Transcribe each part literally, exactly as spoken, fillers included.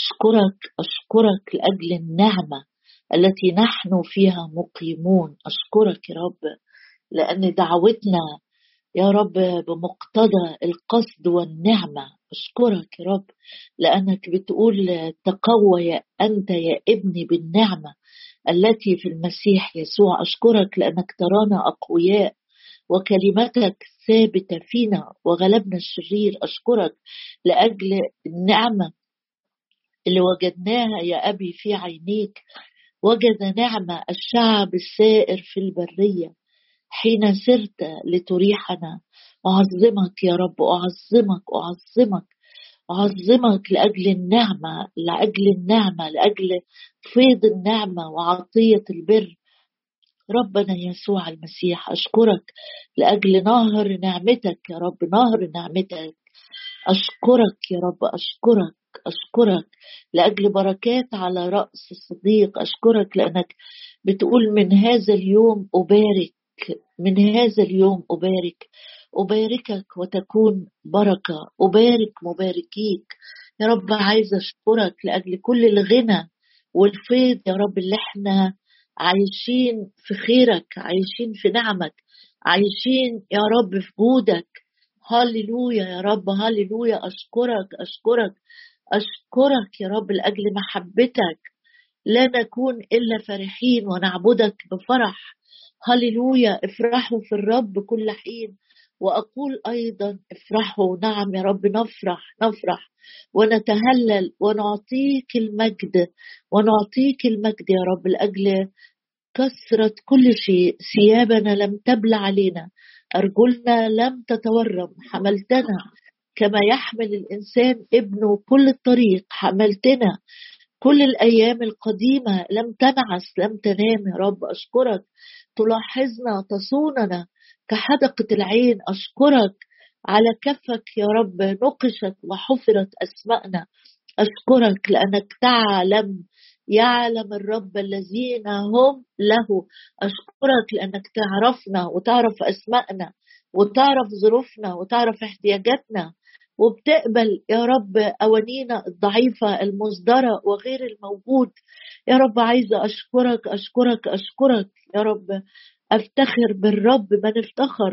أشكرك أشكرك لأجل النعمة التي نحن فيها مقيمون. أشكرك يا رب لأن دعوتنا يا رب بمقتضى القصد والنعمة. أشكرك يا رب لأنك بتقول تقوى يا أنت يا ابني بالنعمة التي في المسيح يسوع. أشكرك لأنك ترانا أقوياء وكلمتك ثابتة فينا وغلبنا الشرير. أشكرك لأجل النعمة اللي وجدناها يا أبي في عينيك. وجد نعمة الشعب السائر في البرية حين سرت لتريحنا. أعظمك يا رب، أعظمك أعظمك أعظمك لأجل النعمة لأجل النعمة لأجل فيض النعمة وعطية البر ربنا يسوع المسيح. أشكرك لأجل نهر نعمتك يا رب، نهر نعمتك. أشكرك يا رب، أشكرك أشكرك لأجل بركات على رأس الصديق. أشكرك لأنك بتقول من هذا اليوم أبارك، من هذا اليوم أبارك أباركك وتكون بركة. أبارك مباركيك يا رب. عايزة أشكرك لأجل كل الغنى والفيض يا رب اللي احنا عايشين في خيرك، عايشين في نعمك، عايشين يا رب في جودك. هاليلويا يا رب، هاليلويا. أشكرك أشكرك أشكرك يا رب لأجل محبتك. لا نكون إلا فرحين ونعبدك بفرح. هاليلويا. افرحوا في الرب كل حين، وأقول أيضا افرحوا. نعم يا رب، نفرح نفرح ونتهلل ونعطيك المجد، ونعطيك المجد يا رب لأجل كثرة كل شيء. ثيابنا لم تبل علينا، أرجلنا لم تتورم. حملتنا كما يحمل الإنسان ابنه كل الطريق. حملتنا كل الأيام القديمة، لم تنعس لم تنام يا رب. أشكرك تلاحظنا تصوننا كحدقة العين. أشكرك على كفك يا رب نقشت وحفرت أسماءنا. أشكرك لأنك تعلم، يعلم الرب الذين هم له. أشكرك لأنك تعرفنا وتعرف أسماءنا وتعرف ظروفنا وتعرف احتياجاتنا، وبتقبل يا رب أوانينا الضعيفة المصدرة وغير الموجود. يا رب عايزة أشكرك أشكرك أشكرك يا رب. أفتخر بالرب، من افتخر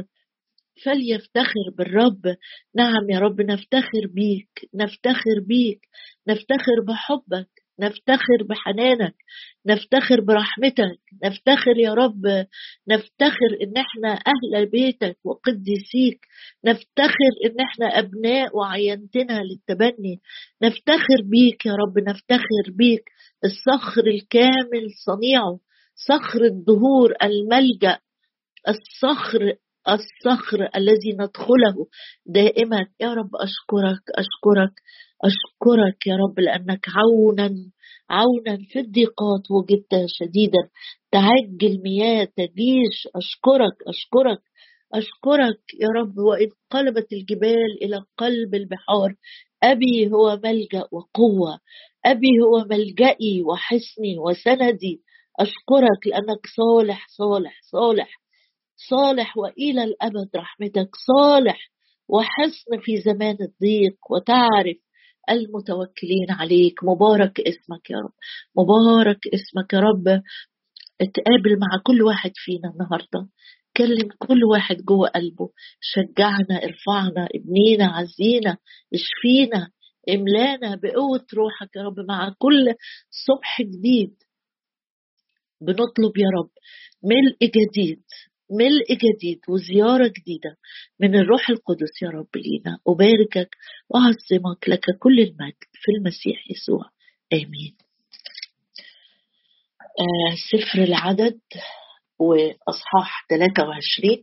فليفتخر بالرب. نعم يا رب، نفتخر بيك نفتخر بيك نفتخر بحبك، نفتخر بحنانك، نفتخر برحمتك، نفتخر يا رب، نفتخر ان احنا اهل بيتك وقديسيك، نفتخر ان احنا ابناء وعينتنا للتبني. نفتخر بيك يا رب، نفتخر بيك الصخر الكامل صنيعه، صخر الدهور الملجأ، الصخر الصخر الذي ندخله دائما. يا رب أشكرك أشكرك أشكرك يا رب لأنك عونا عونا في الضيقات وجدت شديدا، تعج المياه تجيش. أشكرك أشكرك أشكرك يا رب. وإذ قلبت الجبال إلى قلب البحار، أبي هو ملجأ وقوة، أبي هو ملجئي وحصني وسندي. أشكرك لأنك صالح صالح صالح صالح، وإلى الأبد رحمتك صالح، وحصن في زمان الضيق، وتعرف المتوكلين عليك. مبارك اسمك يا رب، مبارك اسمك يا رب. اتقابل مع كل واحد فينا النهاردة، كلم كل واحد جوه قلبه، شجعنا، ارفعنا، ابنينا، عزينا، اشفينا، املانا بقوة روحك يا رب. مع كل صبح جديد بنطلب يا رب ملء جديد، ملء جديد وزيارة جديدة من الروح القدس يا رب لينا. أباركك وأعظمك، لك كل المجد في المسيح يسوع، آمين. آه سفر العدد وأصحاح ثلاثة وعشرين،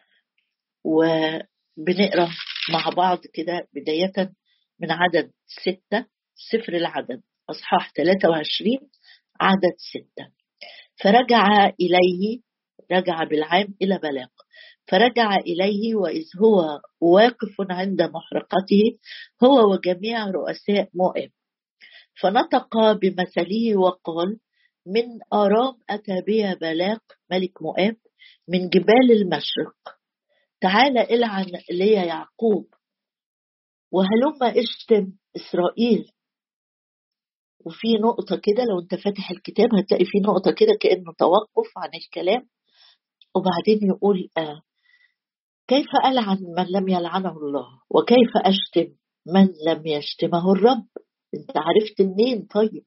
وبنقرأ مع بعض كده بداية من عدد ستة. سفر العدد أصحاح ثلاثة وعشرين عدد ستة. فرجع إليه، رجع بالعام إلى بلاق، فرجع إليه وإذ هو واقف عند محرقته هو وجميع رؤساء موئب، فنطق بمثله وقال: من أرام أتى بي بلاق ملك موئب من جبال المشرق، تعال إلعن لي يعقوب وهلم اشتم إسرائيل. وفي نقطة كده لو انت فاتح الكتاب هتلاقي في نقطة كده كأنه توقف عن الكلام، وبعدين يقول آه كيف ألعن من لم يلعنه الله، وكيف أشتم من لم يشتمه الرب. انت عرفت منين؟ طيب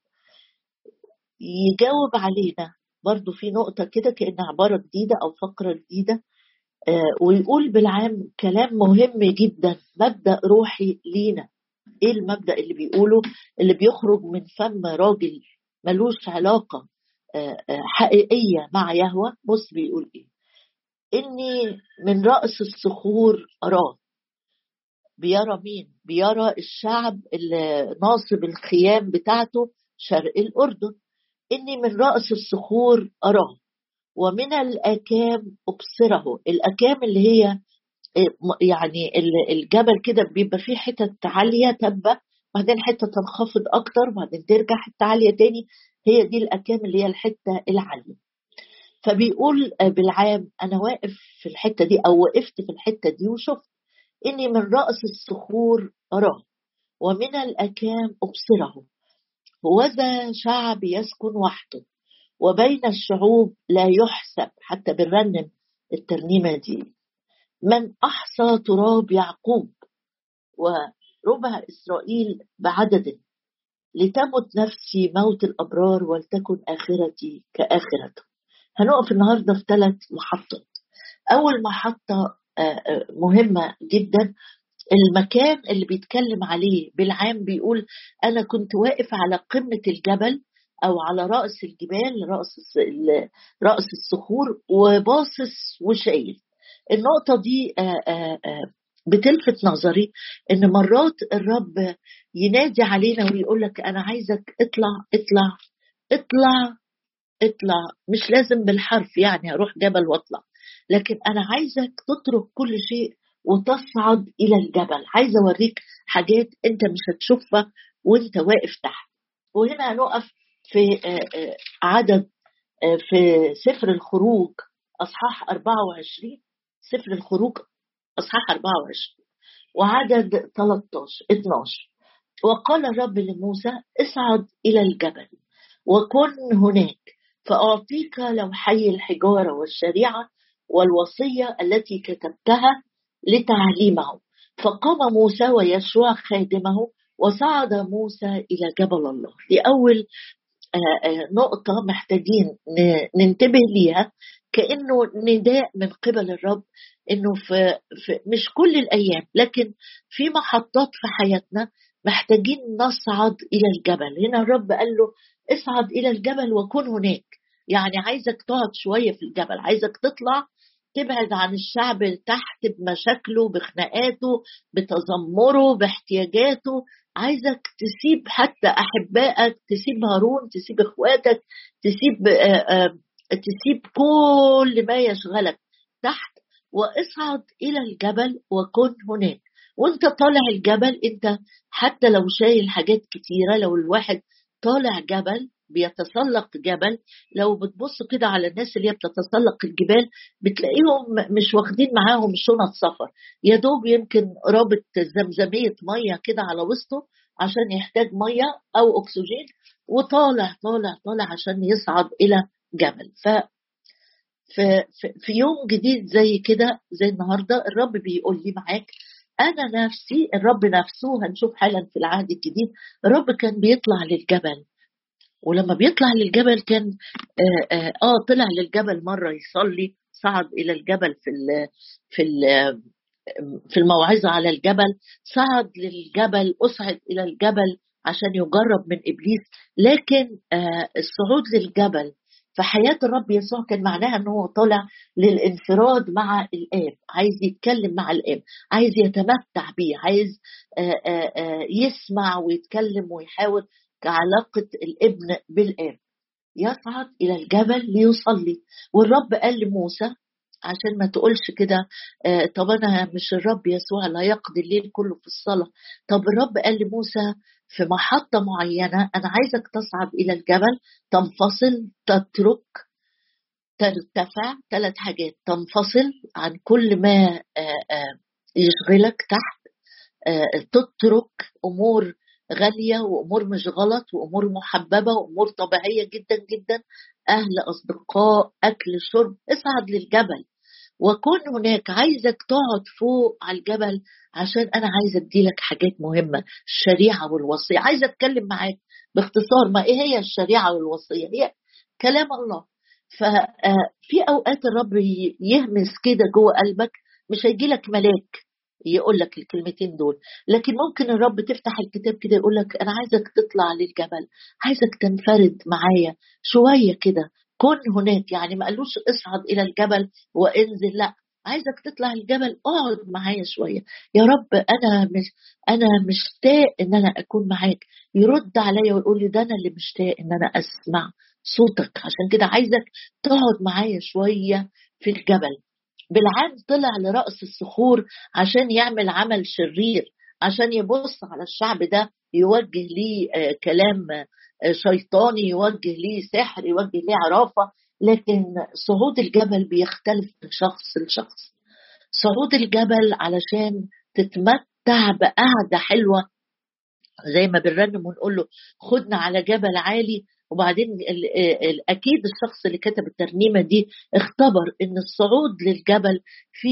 يجاوب علينا برضو في نقطة كده كأن عبارة جديدة أو فقرة جديدة، آه ويقول بالعام كلام مهم جدا، مبدأ روحي لينا. ايه المبدأ اللي بيقوله اللي بيخرج من فم راجل ملوش علاقة آه آه حقيقية مع يهوه؟ بص بيقول ايه: إني من رأس الصخور أراه. بيرى مين؟ بيرى الشعب اللي ناصب الخيام بتاعته شرق الأردن. إني من رأس الصخور أراه ومن الأكام أبصره. الأكام اللي هي يعني الجبل كده بيبقى فيه حتة عالية تبة، بعدين حتة تنخفض أكتر، بعدين ترجع حتة عالية تاني. هي دي الأكام اللي هي الحتة العالية. فبيقول بالعام أنا واقف في الحتة دي أو وقفت في الحتة دي وشفت إني من رأس الصخور أراه ومن الأكام أبصره. وذا شعب يسكن وحده وبين الشعوب لا يحسب. حتى بالرنم الترنيمة دي: من أحصى تراب يعقوب وربع إسرائيل بعدد، لتمت نفسي موت الأبرار ولتكن آخرتي كآخرته. هنقف النهاردة في ثلاث محطات. أول محطة مهمة جدا، المكان اللي بيتكلم عليه بالعام. بيقول أنا كنت واقف على قمة الجبل أو على رأس الجبال، رأس رأس الصخور، وباصص وشايف. النقطة دي بتلفت نظري إن مرات الرب ينادي علينا ويقول لك أنا عايزك اطلع اطلع اطلع اطلع. مش لازم بالحرف يعني هروح جبل واطلع، لكن أنا عايزك تترك كل شيء وتصعد إلى الجبل. عايزة أوريك حاجات أنت مش هتشوفها وأنت واقف تحت. وهنا هنقف في عدد في سفر الخروج أصحاح أربعة وعشرين. سفر الخروج أصحاح أربعة وعشرين وعدد ثلاثة عشر اثنا عشر: وقال الرب لموسى اصعد إلى الجبل وكن هناك، فأعطيك لوحي الحجارة والشريعة والوصية التي كتبتها لتعليمه. فقام موسى ويشوع خادمه وصعد موسى إلى جبل الله. دي أول نقطة محتاجين ننتبه ليها، كأنه نداء من قبل الرب إنه في, في مش كل الأيام لكن في محطات في حياتنا محتاجين نصعد إلى الجبل. هنا الرب قال له اصعد إلى الجبل وكن هناك، يعني عايزك تقعد شوية في الجبل، عايزك تطلع تبعد عن الشعب تحت بمشاكله بخناقاته بتذمره باحتياجاته. عايزك تسيب حتى أحبائك، تسيب هارون، تسيب إخواتك، تسيب آآ آآ تسيب كل ما يشغلك تحت، واصعد إلى الجبل وكن هناك. وانت طالع الجبل، انت حتى لو شايل حاجات كتيرة، لو الواحد طالع جبل بيتسلق جبل، لو بتبص كده على الناس اللي هي بتتسلق الجبال بتلاقيهم مش واخدين معاهم شنط سفر، يا دوب يمكن رابط زمزمية مية كده على وسطه عشان يحتاج مية أو أكسجين، وطالع طالع طالع عشان يصعد إلى جبل. ف في, في يوم جديد زي كده زي النهاردة الرب بيقول لي معاك أنا نفسي. الرب نفسه هنشوف حالا في العهد الجديد الرب كان بيطلع للجبل، ولما بيطلع للجبل كان آه, آه, آه طلع للجبل مرة يصلي، صعد إلى الجبل في ال في ال في الموعظة على الجبل، صعد للجبل، أصعد إلى الجبل عشان يجرب من إبليس. لكن آه الصعود للجبل في حياة الرب يسوع كان معناها أنه طالع للانفراد مع الآب، عايز يتكلم مع الآب، عايز يتمتع بيه، عايز آه آه آه يسمع ويتكلم ويحاول كعلاقة الابن بالآب. يصعد إلى الجبل ليصلي. والرب قال لموسى عشان ما تقولش كده آه طب أنا مش الرب يسوع لا يقضي الليل كله في الصلاة. طب الرب قال لموسى في محطة معينة أنا عايزك تصعد إلى الجبل، تنفصل، تترك، ترتفع. ثلاث حاجات: تنفصل عن كل ما آه آه يشغلك تحت، آه تترك أمور غالية وأمور مش غلط وأمور محببة وأمور طبيعية جدا جدا، أهل، أصدقاء، أكل، شرب. اصعد للجبل وكون هناك. عايزك تقعد فوق على الجبل عشان أنا عايزة أديلك حاجات مهمة، الشريعة والوصية. عايزة أتكلم معاك باختصار. ما إيه هي الشريعة والوصية؟ هي كلام الله. ففي أوقات الرب يهمس كده جوه قلبك، مش هيجيلك ملاك يقول لك الكلمتين دول، لكن ممكن الرب تفتح الكتاب كده يقول لك أنا عايزك تطلع للجبل، عايزك تنفرد معايا شوية كده، كن هناك. يعني ما قالوش اصعد إلى الجبل وانزل، لا، عايزك تطلع الجبل، اقعد معايا شوية. يا رب أنا مش أنا مشتاق إن أنا أكون معاك. يرد عليا ويقول لي ده أنا اللي مشتاق إن أنا أسمع صوتك، عشان كده عايزك تقعد معايا شوية في الجبل. بالعام طلع لرأس الصخور عشان يعمل عمل شرير، عشان يبص على الشعب ده، يوجه ليه آه كلام آه شيطاني، يوجه ليه سحر، يوجه ليه عرافة. لكن صعود الجبل بيختلف من شخص لشخص. صعود الجبل علشان تتمتع بقعدة حلوة، زي ما بنرنم ونقول له خدنا على جبل عالي. وبعدين ال ال اكيد الشخص اللي كتب الترنيمه دي اختبر ان الصعود للجبل في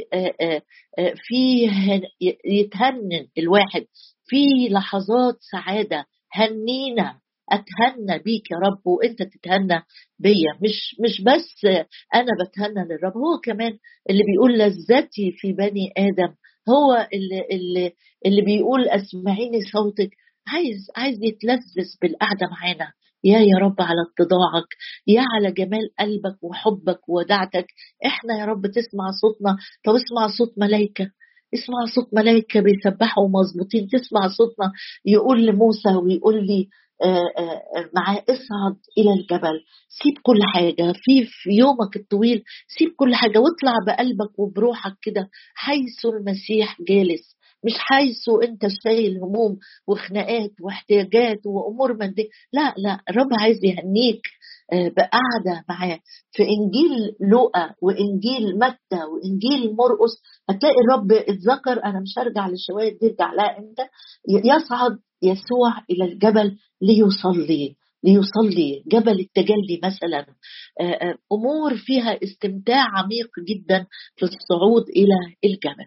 في يتهنن الواحد في لحظات سعاده. هنينا، اتهنى بيك يا رب وانت تتهنى بيا. مش مش بس انا بتهنى للرب، هو كمان اللي بيقول لذتي في بني ادم، هو اللي اللي اللي بيقول اسمعيني صوتك. عايز عايز يتلذذ بالقعده معانا. يا يا رب على اتضاعك، يا على جمال قلبك وحبك وودعتك. احنا يا رب تسمع صوتنا. طب اسمع صوت ملائكه، اسمع صوت ملائكه بيسبحوا ومظبوطين. تسمع صوتنا يقول لموسى ويقول لي معاه اصعد الى الجبل. سيب كل حاجه في في يومك الطويل، سيب كل حاجه واطلع بقلبك وبروحك كده حيث المسيح جالس، مش حيث انت شايل هموم وخناقات واحتياجات وامور ماديه. لا لا، الرب عايز يهنيك بقعده معاه. في انجيل لوقا وانجيل متى وانجيل مرقس هتلاقي الرب اتذكر. انا مش هرجع للشواهد دي، ارجع لها امتى. يصعد يسوع الى الجبل ليصلي ليصلي جبل التجلي مثلا. امور فيها استمتاع عميق جدا في الصعود الى الجبل.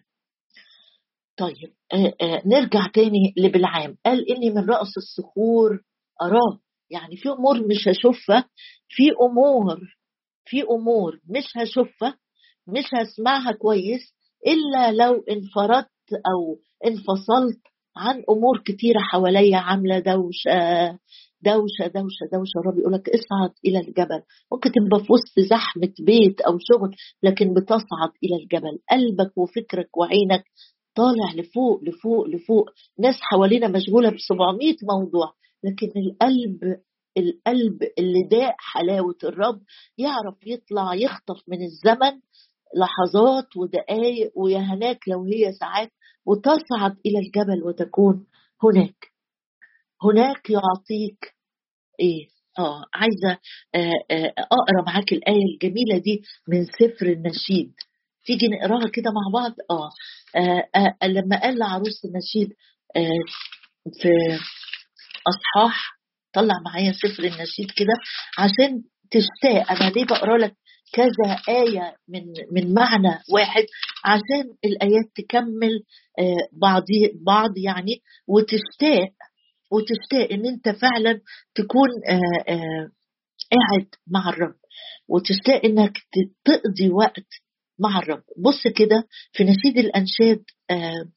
طيب آآ آآ نرجع تاني لبلعام. قال إني من رأس الصخور أراه. يعني في أمور مش هشوفها، في أمور في أمور مش هشوفها، مش هسمعها كويس إلا لو انفردت أو انفصلت عن أمور كتيرة حواليا عاملة دوشة دوشة دوشة دوشة. الرب يقولك اصعد إلى الجبل. ممكن تبقى في وسط زحمة بيت أو شغل، لكن بتصعد إلى الجبل. قلبك وفكرك وعينك طالع لفوق لفوق لفوق. ناس حوالينا مشغولة بسبعمية موضوع، لكن القلب القلب اللي داق حلاوة الرب يعرف يطلع يخطف من الزمن لحظات ودقايق، ويا هناك لو هي ساعات، وتصعد إلى الجبل وتكون هناك. هناك يعطيك إيه؟ آه عايزة آه آه أقرأ معاك الآية الجميلة دي من سفر النشيد. تيجي نقراها كده مع بعض. آه, آه, آه لما قال لعروس النشيد آه في أصحاح، طلع معايا سفر النشيد كده عشان تشتاق. أنا ليه بقرأ لك كذا آية من من معنى واحد؟ عشان الآيات تكمل آه بعض بعض يعني، وتشتاق وتشتاق ان انت فعلا تكون آآ آآ قاعد مع الرب، وتشتاق انك تقضي وقت مع الرب. بص كده في نشيد الانشاد آآ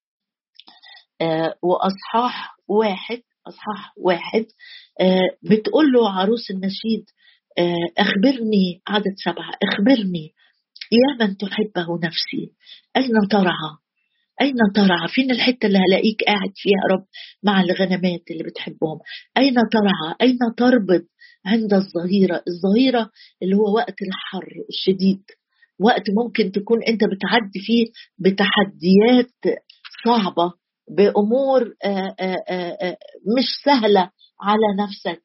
آآ واصحاح واحد اصحاح واحد بتقول له عروس النشيد اخبرني، عدد سبعة، اخبرني يا من تحبه نفسي اين ترعى. أين ترعى؟ فين الحتة اللي هلاقيك قاعد فيها يا رب مع الغنمات اللي بتحبهم؟ أين ترعى؟ أين تربط؟ عند الظهيرة. الظهيرة اللي هو وقت الحر الشديد، وقت ممكن تكون أنت بتعدي فيه بتحديات صعبة، بأمور آآ آآ مش سهلة على نفسك.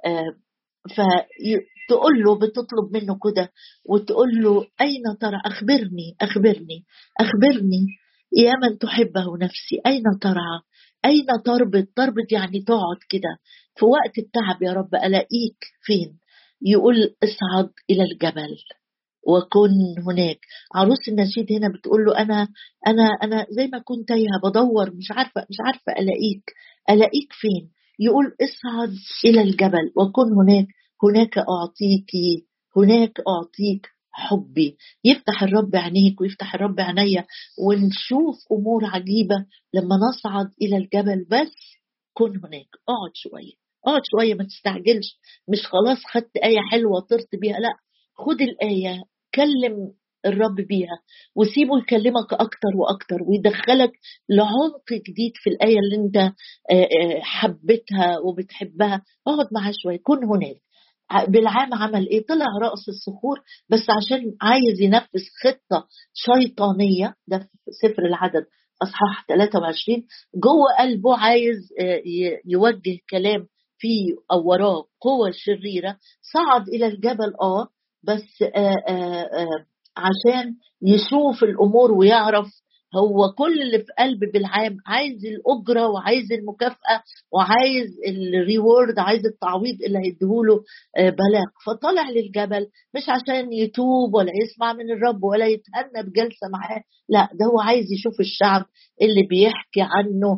فتقول له، بتطلب منه كده وتقول له أين ترى؟ أخبرني أخبرني أخبرني يا من تحبه نفسي أين ترعى. أين تربط؟ تربط يعني تقعد كده في وقت التعب. يا رب ألاقيك فين؟ يقول اصعد إلى الجبل وكن هناك. عروس النشيد هنا بتقول له أنا أنا أنا زي ما كنت تايهة بدور، مش عارفة مش عارفة ألاقيك. ألاقيك فين؟ يقول اصعد إلى الجبل وكن هناك، هناك أعطيك، هناك أعطيك حبي. يفتح الرب عينيك ويفتح الرب عينيا ونشوف أمور عجيبة لما نصعد إلى الجبل. بس كن هناك، اقعد شوية، اقعد شوية، ما تستعجلش. مش خلاص خدت آية حلوة طرت بيها، لا، خد الآية، كلم الرب بيها وسيبه يكلمك أكتر وأكتر ويدخلك لعمق جديد في الآية اللي انت حبتها وبتحبها. اقعد معاه شوية، كن هناك. بالعام عمل ايه؟ طلع رأس الصخور بس عشان عايز ينفذ خطة شيطانية. ده في سفر العدد أصحاح ثلاثة وعشرين. جوه قلبه عايز يوجه كلام فيه أو وراه قوة شريرة. صعد إلى الجبل آه بس آآ آآ عشان يشوف الأمور ويعرف هو كل اللي في قلب بالعام عايز الأجرة وعايز المكافأة وعايز الريورد، عايز التعويض اللي هيديهوله بلاغ. فطلع للجبل مش عشان يتوب ولا يسمع من الرب ولا يتهنى بجلسة معاه، لا، ده هو عايز يشوف الشعب اللي بيحكي عنه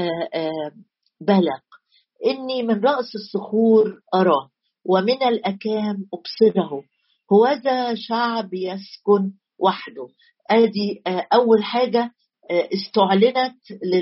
بلاغ. إني من رأس الصخور أراه ومن الأكام أبصره، هوذا شعب يسكن وحده. ادي اول حاجة استعلنت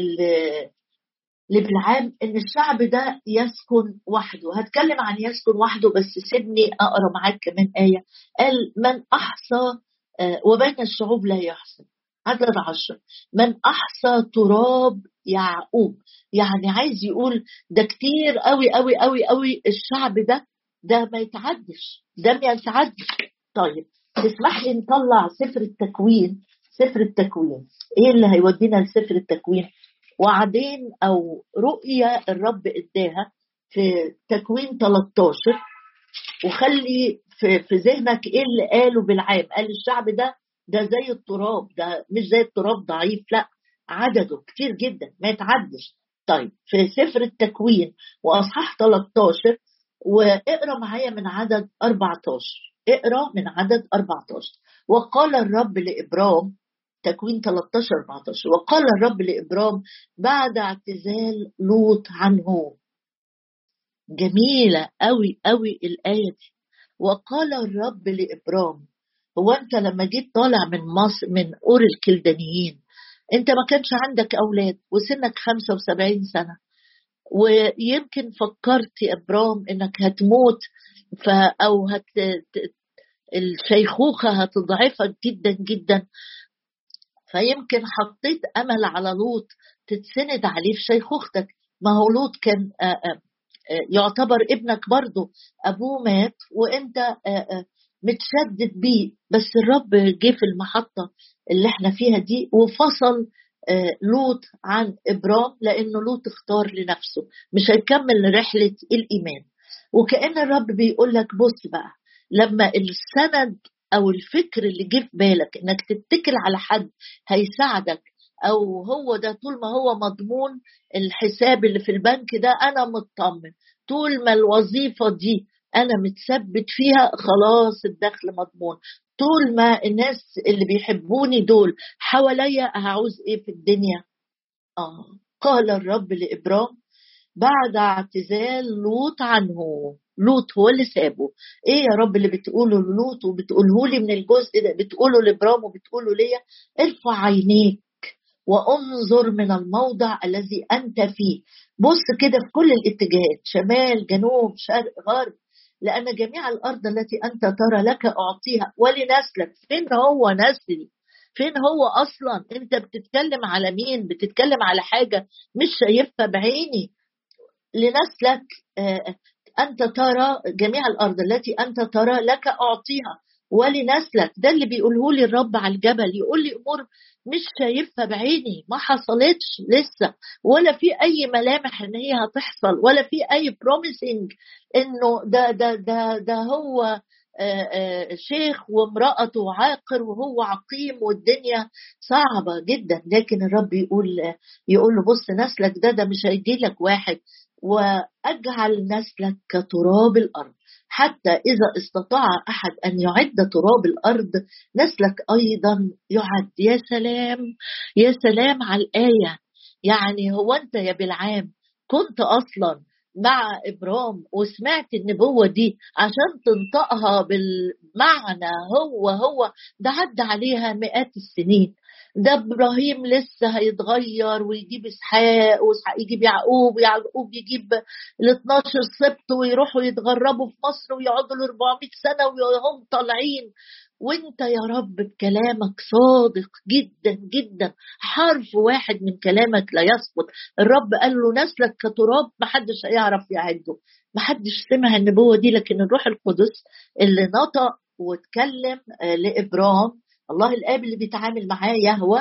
لبلعام ان الشعب ده يسكن وحده. هتكلم عن يسكن وحده بس سيبني اقرا معاك كمان آية. قال من احصى وبين الشعوب لا يحصى. عدد عشر، من احصى تراب يعقوب. يعني عايز يقول ده كتير قوي قوي قوي قوي الشعب ده، ده ما يتعدش، ده ما يتعدش. طيب تسمح لي نطلع سفر التكوين. سفر التكوين ايه اللي هيودينا لسفر التكوين؟ وعدين او رؤية الرب اداها في تكوين ثلاثة عشر. وخلي في, في ذهنك ايه اللي قاله بالعام. قال الشعب ده ده زي التراب، ده مش زي التراب ضعيف، لا، عدده كتير جدا ما يتعدش. طيب في سفر التكوين واصحاح ثلاثة عشر واقرا معايا من عدد أربعة عشر. اقرا من عدد أربعة عشر. وقال الرب لإبرام، تكوين ثلاثة عشر أربعة عشر، وقال الرب لإبرام بعد اعتزال لوط عنه. جميلة قوي قوي الآية دي. وقال الرب لإبرام، هو أنت لما جيت طالع من مصر من أور الكلدانيين أنت ما كانش عندك أولاد وسنك خمسة وسبعين سنة، ويمكن فكرت يا إبرام إنك هتموت ف أو هت الشيخوخة هتضعفك جدا جدا، فيمكن حطيت أمل على لوط تتسند عليه في شيخوختك. ما هو لوط كان يعتبر ابنك برضه، أبوه مات وإنت متشدد بيه. بس الرب جه في المحطة اللي احنا فيها دي وفصل لوط عن إبرام لأنه لوط اختار لنفسه مش هيكمل رحلة الإيمان. وكأن الرب بيقول لك بص بقى، لما السند أو الفكر اللي جه في بالك إنك تتكل على حد هيساعدك أو هو ده طول ما هو مضمون الحساب اللي في البنك ده أنا مطمن، طول ما الوظيفة دي أنا متثبت فيها خلاص الدخل مضمون، طول ما الناس اللي بيحبوني دول حواليا هعوز إيه في الدنيا؟ آه قال الرب لإبرام بعد اعتزال لوط عنه. لوط هو اللي سابه. ايه يا رب اللي بتقوله لوط وبتقوله لي من الجزء ده بتقوله لإبرام وبتقوله ليا؟ ارفع عينيك وانظر من الموضع الذي أنت فيه. بص كده في كل الاتجاهات، شمال جنوب شرق غرب، لأن جميع الأرض التي أنت ترى لك أعطيها ولنسلك. فين هو نسلي؟ فين هو أصلا؟ أنت بتتكلم على مين؟ بتتكلم على حاجة مش شايفها بعيني. لنسلك أنت ترى جميع الأرض التي أنت ترى لك أعطيها ولنسلك. ده اللي بيقوله لي الرب على الجبل، يقول لي أمور مش شايفها بعيني، ما حصلتش لسه ولا في أي ملامح إن هي هتحصل ولا في أي promising إنه ده ده ده ده هو شيخ وامرأته عاقر وهو عقيم والدنيا صعبة جدا، لكن الرب يقول يقول له بص نسلك ده ده مش هيجي لك واحد، وأجعل نسلك كتراب الأرض، حتى إذا استطاع أحد أن يعد تراب الأرض نسلك أيضا يعد. يا سلام يا سلام على الآية. يعني هو أنت يا بالعام كنت أصلا مع إبرام وسمعت النبوة دي عشان تنطقها بالمعنى؟ هو هو ده عدى عليها مئات السنين. ده إبراهيم لسه هيتغير ويجيب إسحاق، وإسحاق يجيب يعقوب، ويعقوب يجيب ال اثناشر سبط ويروحوا يتغربوا في مصر ويقعدوا ل أربعمائة سنة وهم طالعين. وانت يا رب بكلامك صادق جدا جدا، حرف واحد من كلامك لا يسقط. الرب قال له نسلك كتراب، محدش هيعرف يعده، محدش سمع النبوة دي، لكن الروح القدس اللي نطق واتكلم لإبرام، الله الآب اللي بيتعامل معاه يهوه،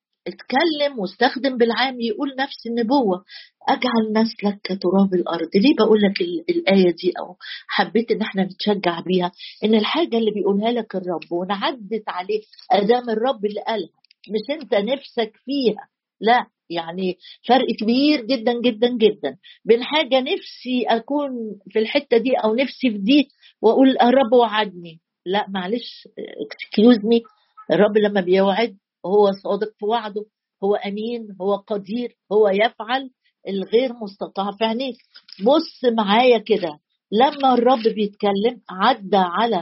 اتكلم واستخدم بالعام يقول نفس النبوة، أجعل نسلك كتراب الأرض. ليه بقول لك الآية دي أو حبيت إن احنا نتشجع بيها؟ إن الحاجة اللي بيقولها لك الرب ونعدت عليه أدام الرب اللي قالها، مش أنت نفسك فيها، لا. يعني فرق كبير جدا جدا جدا بين حاجة نفسي أكون في الحتة دي أو نفسي في دي وأقول الرب وعدني، لا معلش excuse me. الرب لما بيوعد هو صادق في وعده، هو أمين، هو قدير، هو يفعل الغير مستطاع في عينيك. بص معايا كده، لما الرب بيتكلم عدى على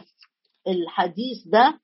الحديث ده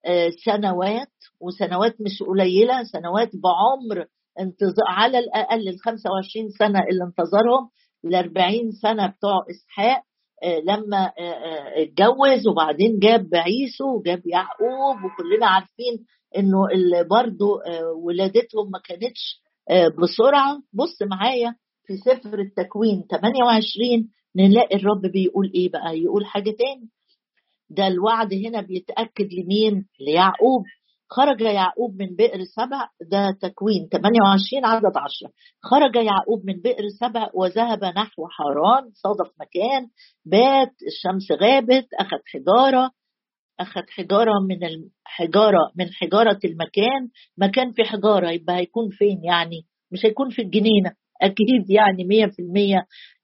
سنوات، وسنوات مش قليلة، سنوات بعمر انتظار، على الأقل ال خمسة وعشرين سنة اللي انتظرهم، ال أربعين سنة بتوع إسحاق لما اتجوز، وبعدين جاب عيسو وجاب يعقوب، وكلنا عارفين انه برضو ولادتهم ما كانتش بسرعة. بص معايا في سفر التكوين ثمانية وعشرين نلاقي الرب بيقول ايه بقى، يقول حاجة تاني. ده الوعد هنا بيتأكد لمين؟ ليعقوب. خرج يعقوب من بئر سبع، ده تكوين ثمانية وعشرين عدد عشرة. خرج يعقوب من بئر سبع وذهب نحو حران، صادف مكان بات، الشمس غابت، أخذ حجارة أخذ حجارة من الحجارة من حجارة المكان، مكان في حجارة، يبقى هيكون فين يعني؟ مش هيكون في الجنينة أكيد يعني مية في المية.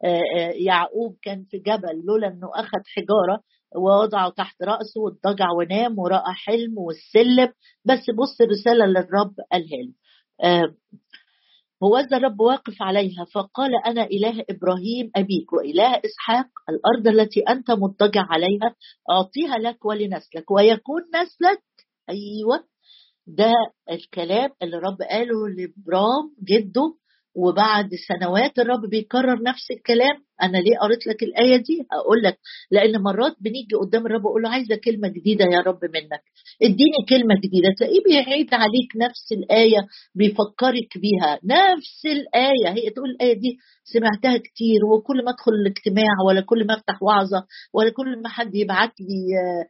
يعقوب كان في جبل، لولا أنه أخذ حجارة ووضعه تحت رأسه واتضجع ونام ورأى حلم والسلم. بس بص الرسالة اللي الرب قالها له، هو ذا الرب واقف عليها فقال أنا إله إبراهيم أبيك وإله إسحاق، الأرض التي أنت مضطجع عليها أعطيها لك ولنسلك ويكون نسلك. أيوة، ده الكلام اللي الرب قاله لإبرام جده، وبعد سنوات الرب بيكرر نفس الكلام. أنا ليه قريت لك الآية دي؟ أقول لك لأن مرات بنيجي قدام الرب أقول له عايزة كلمة جديدة يا رب منك، اديني كلمة جديدة، تلاقيه بيعيد عليك نفس الآية، بيفكرك بيها نفس الآية. هي تقول الآية دي سمعتها كتير، وكل ما أدخل الاجتماع ولا كل ما أفتح وعظة ولا كل ما حد يبعت لي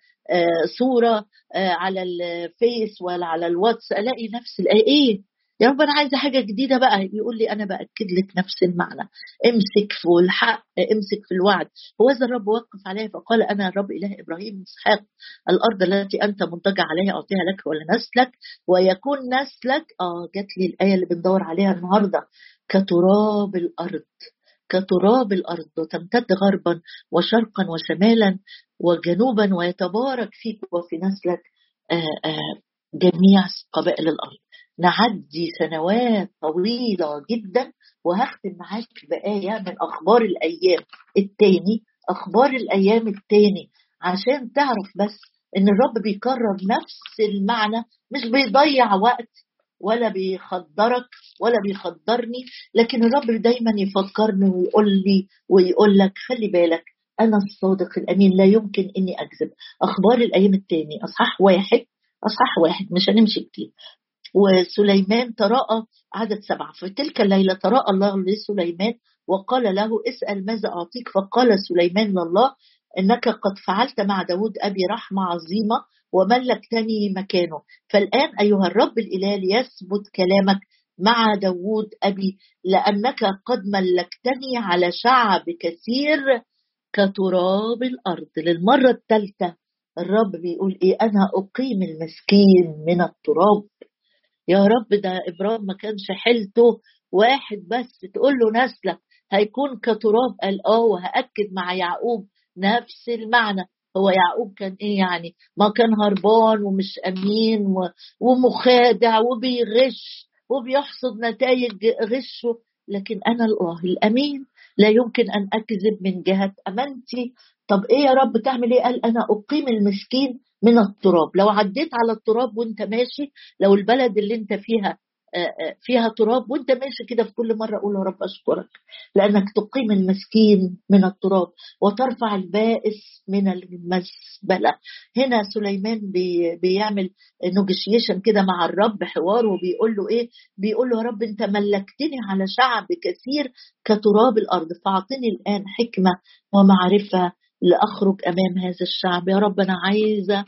صورة على الفيس ولا على الواتس ألاقي نفس الآية. إيه يا رب أنا عايزة حاجة جديدة بقى؟ يقول لي أنا بأكد لك نفس المعنى، امسك في الحق، امسك في الوعد. هو ذا الرب وقف عليه فقال أنا الرب إله إبراهيم وإسحاق، الأرض التي أنت منتجع عليها أعطيها لك ولنسلك ويكون نسلك. آه جات لي الآية اللي بندور عليها النهاردة، كتراب الأرض، كتراب الأرض، وتمتد غربا وشرقا وشمالا وجنوبا ويتبارك فيك وفي نسلك آآ آآ جميع قبائل الأرض. نعدي سنوات طويلة جدا، وهختم معاك بآية من أخبار الأيام التاني، أخبار الأيام التاني، عشان تعرف بس إن الرب بيكرر نفس المعنى، مش بيضيع وقت ولا بيخدرك ولا بيخدرني، لكن الرب دايما يفكرني ويقول لي ويقول لك خلي بالك أنا الصادق الأمين لا يمكن إني أكذب. أخبار الأيام التاني أصحاح واحد، أصحاح واحد مش هنمشي كتير. وسليمان تراءى، عدد سبعة، في تلك الليلة تراءى الله لسليمان وقال له اسأل ماذا أعطيك، فقال سليمان لله إنك قد فعلت مع داود أبي رحمة عظيمة وملكتني مكانه، فالآن أيها الرب الإله ليثبت كلامك مع داود أبي، لأنك قد ملكتني على شعب كثير كتراب الأرض. للمرة الثالثة الرب بيقول ايه؟ انا اقيم المسكين من التراب. يا رب ده ابراهيم ما كانش حيلته واحد بس، تقول له نسلك هيكون كتراب، قال اه. وهأكد مع يعقوب نفس المعنى. هو يعقوب كان ايه يعني؟ ما كان هربان ومش امين و- ومخادع وبيغش وبيحصد نتائج غشه. لكن انا الله الامين، لا يمكن ان اكذب من جهة امانتي. طب ايه يا رب تعمل ايه؟ قال انا اقيم المسكين من التراب. لو عديت على التراب وانت ماشي، لو البلد اللي انت فيها آه، آه، فيها تراب وانت ماشي كده، في كل مرة اقول يا رب اشكرك لانك تقيم المسكين من التراب وترفع البائس من المزبلة. هنا سليمان بي بيعمل نوجيشيشن كده مع الرب، حوار، وبيقول له ايه؟ بيقول له يا رب انت ملكتني على شعب كثير كتراب الارض، فاعطني الان حكمة ومعرفة لأخرج أمام هذا الشعب. يا رب أنا عايزة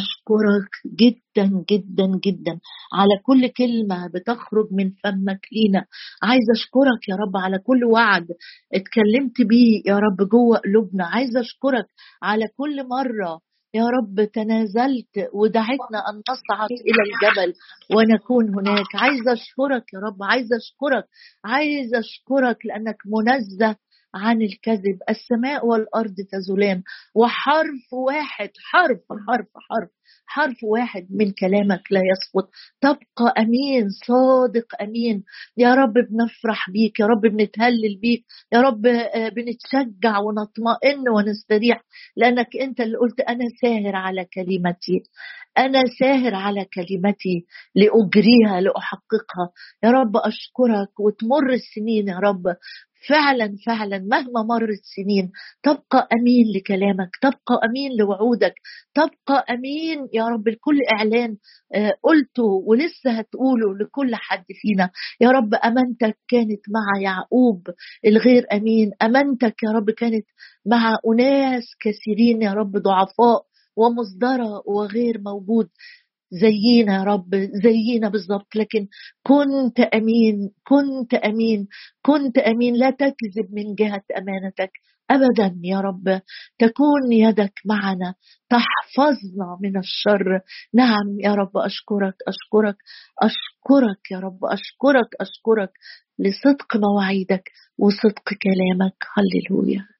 أشكرك جدا جدا جدا على كل كلمة بتخرج من فمك لينا. عايزة أشكرك يا رب على كل وعد اتكلمت بيه يا رب جوه قلوبنا. عايزة أشكرك على كل مرة يا رب تنازلت ودعتنا أن نصعد إلى الجبل ونكون هناك. عايزة أشكرك يا رب، عايزة أشكرك، عايزة أشكرك لأنك منزه عن الكذب. السماء والأرض تزولان وحرف واحد، حرف حرف حرف حرف واحد من كلامك لا يسقط. تبقى أمين صادق أمين. يا رب بنفرح بيك، يا رب بنتهلل بيك، يا رب آه، بنتشجع ونطمئن ونستريح لأنك أنت اللي قلت أنا ساهر على كلمتي، أنا ساهر على كلمتي لأجريها لأحققها. يا رب أشكرك. وتمر السنين يا رب، فعلا فعلا مهما مرت سنين تبقى أمين لكلامك، تبقى أمين لوعودك، تبقى أمين يا رب لكل إعلان آه، قلته ولسه هتقوله لكل حد فينا. يا رب أمانتك كانت مع يعقوب الغير أمين، أمانتك يا رب كانت مع أناس كثيرين يا رب ضعفاء ومصدرة وغير موجود زينا يا رب، زينا بالضبط. لكن كنت أمين، كنت أمين، كنت أمين. لا تكذب من جهة أمانتك أبدا يا رب. تكون يدك معنا تحفظنا من الشر. نعم يا رب أشكرك أشكرك أشكرك يا رب، أشكرك أشكرك لصدق مواعيدك وصدق كلامك. هللويا.